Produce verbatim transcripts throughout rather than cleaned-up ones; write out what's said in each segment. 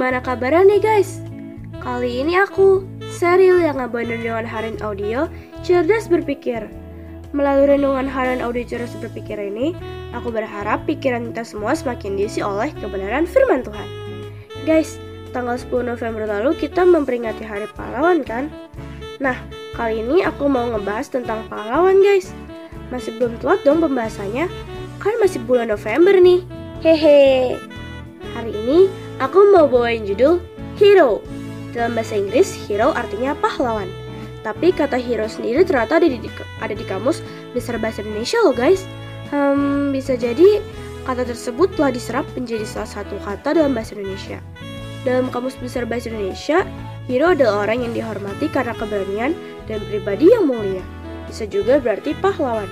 Gimana kabarnya nih guys? Kali ini aku, Sheryl yang ngebawain renungan harian audio Cerdas Berpikir. Melalui renungan harian audio Cerdas Berpikir ini, aku berharap pikiran kita semua semakin diisi oleh kebenaran firman Tuhan. Guys, tanggal sepuluh November lalu kita memperingati Hari Pahlawan kan? Nah, kali ini aku mau ngebahas tentang pahlawan guys. Masih belum telat dong pembahasannya, kan masih bulan November nih. Hehe. Hari ini aku mau bawain judul Hero. Dalam bahasa Inggris, hero artinya pahlawan. Tapi kata hero sendiri ternyata ada di, ada di kamus besar bahasa Indonesia loh guys. Hmm, bisa jadi kata tersebut telah diserap menjadi salah satu kata dalam bahasa Indonesia. Dalam kamus besar bahasa Indonesia, hero adalah orang yang dihormati karena keberanian dan pribadi yang mulia. Bisa juga berarti pahlawan.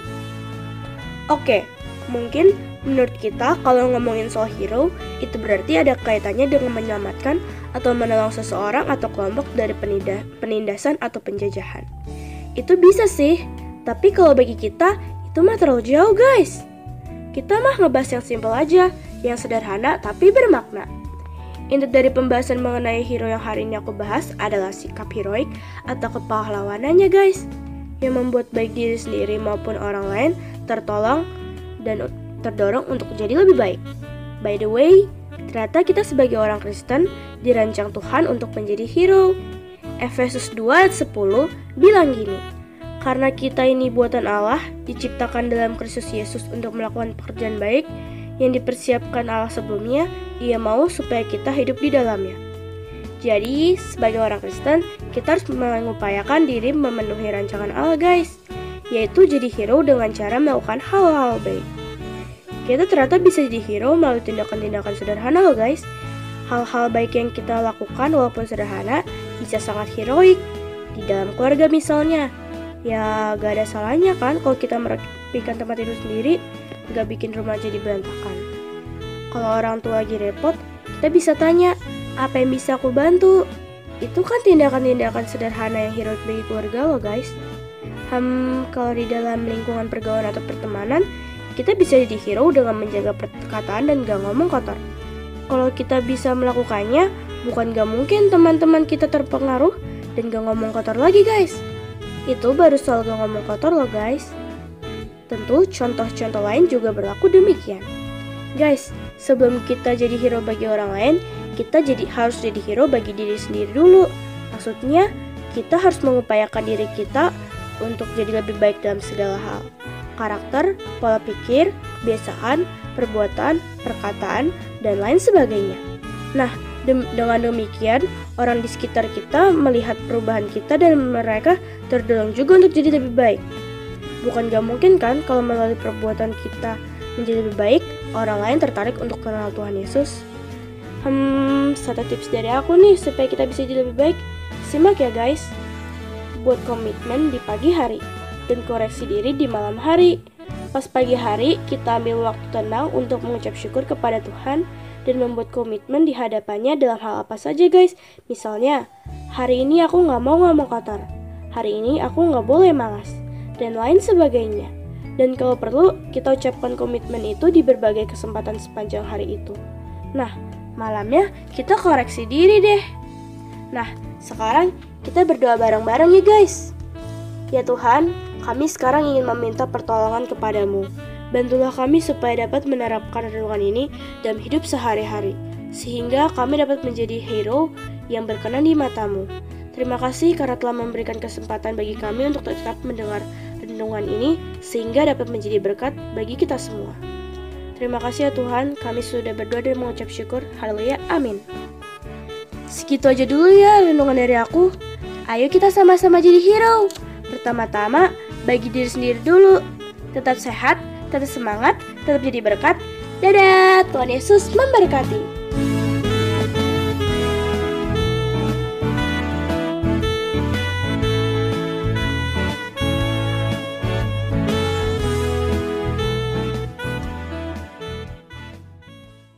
Oke, mungkin menurut kita kalau ngomongin soal hero, itu berarti ada kaitannya dengan menyelamatkan atau menolong seseorang atau kelompok dari peninda, penindasan atau penjajahan. Itu bisa sih, tapi kalau bagi kita, itu mah terlalu jauh guys. Kita mah ngebahas yang simpel aja, yang sederhana tapi bermakna. Inti dari pembahasan mengenai hero yang hari ini aku bahas adalah sikap heroik atau kepahlawanannya guys, yang membuat baik diri sendiri maupun orang lain tertolong dan terdorong untuk jadi lebih baik. By the way, ternyata kita sebagai orang Kristen dirancang Tuhan untuk menjadi hero. Efesus dua ayat sepuluh bilang gini, karena kita ini buatan Allah, diciptakan dalam Kristus Yesus untuk melakukan pekerjaan baik yang dipersiapkan Allah sebelumnya, Ia mau supaya kita hidup di dalamnya. Jadi, sebagai orang Kristen, kita harus mengupayakan diri memenuhi rancangan Allah guys, yaitu jadi hero dengan cara melakukan hal-hal baik. Kita ternyata bisa jadi hero melalui tindakan-tindakan sederhana loh guys. Hal-hal baik yang kita lakukan walaupun sederhana bisa sangat heroik. Di dalam keluarga misalnya, ya gak ada salahnya kan kalau kita merapikan tempat tidur sendiri, gak bikin rumah jadi berantakan. Kalau orang tua lagi repot, kita bisa tanya, apa yang bisa aku bantu? Itu kan tindakan-tindakan sederhana yang heroik bagi keluarga loh guys. Hmm, kalau di dalam lingkungan pergaulan atau pertemanan, kita bisa jadi hero dengan menjaga perkataan dan gak ngomong kotor. Kalau kita bisa melakukannya, bukan gak mungkin teman-teman kita terpengaruh dan gak ngomong kotor lagi guys. Itu baru soal gak ngomong kotor loh guys. Tentu contoh-contoh lain juga berlaku demikian. Guys, sebelum kita jadi hero bagi orang lain, kita jadi harus jadi hero bagi diri sendiri dulu. Maksudnya, kita harus mengupayakan diri kita untuk jadi lebih baik dalam segala hal. Karakter, pola pikir, kebiasaan, perbuatan, perkataan, dan lain sebagainya. Nah, de- dengan demikian, orang di sekitar kita melihat perubahan kita dan mereka terdorong juga untuk jadi lebih baik. Bukan gak mungkin kan kalau melalui perbuatan kita menjadi lebih baik, orang lain tertarik untuk kenal Tuhan Yesus. Hmm, satu tips dari aku nih supaya kita bisa jadi lebih baik. Simak ya guys. Buat komitmen di pagi hari dan koreksi diri di malam hari. Pas pagi hari, kita ambil waktu tenang untuk mengucap syukur kepada Tuhan dan membuat komitmen di hadapannya dalam hal apa saja guys. Misalnya, hari ini aku gak mau ngomong kotor, hari ini aku gak boleh malas, dan lain sebagainya. Dan kalau perlu, kita ucapkan komitmen itu di berbagai kesempatan sepanjang hari itu. Nah, malamnya kita koreksi diri deh. Nah, sekarang kita berdoa bareng-bareng ya guys. Ya Tuhan, kami sekarang ingin meminta pertolongan kepadamu. Bantulah kami supaya dapat menerapkan renungan ini dalam hidup sehari-hari, sehingga kami dapat menjadi hero yang berkenan di matamu. Terima kasih karena telah memberikan kesempatan bagi kami untuk tetap mendengar renungan ini, sehingga dapat menjadi berkat bagi kita semua. Terima kasih ya Tuhan, kami sudah berdoa dan mengucap syukur. Haleluya, amin. Segitu aja dulu ya renungan dari aku. Ayo kita sama-sama jadi hero. Pertama-tama, bagi diri sendiri dulu. Tetap sehat, tetap semangat, tetap jadi berkat. Dadah, Tuhan Yesus memberkati.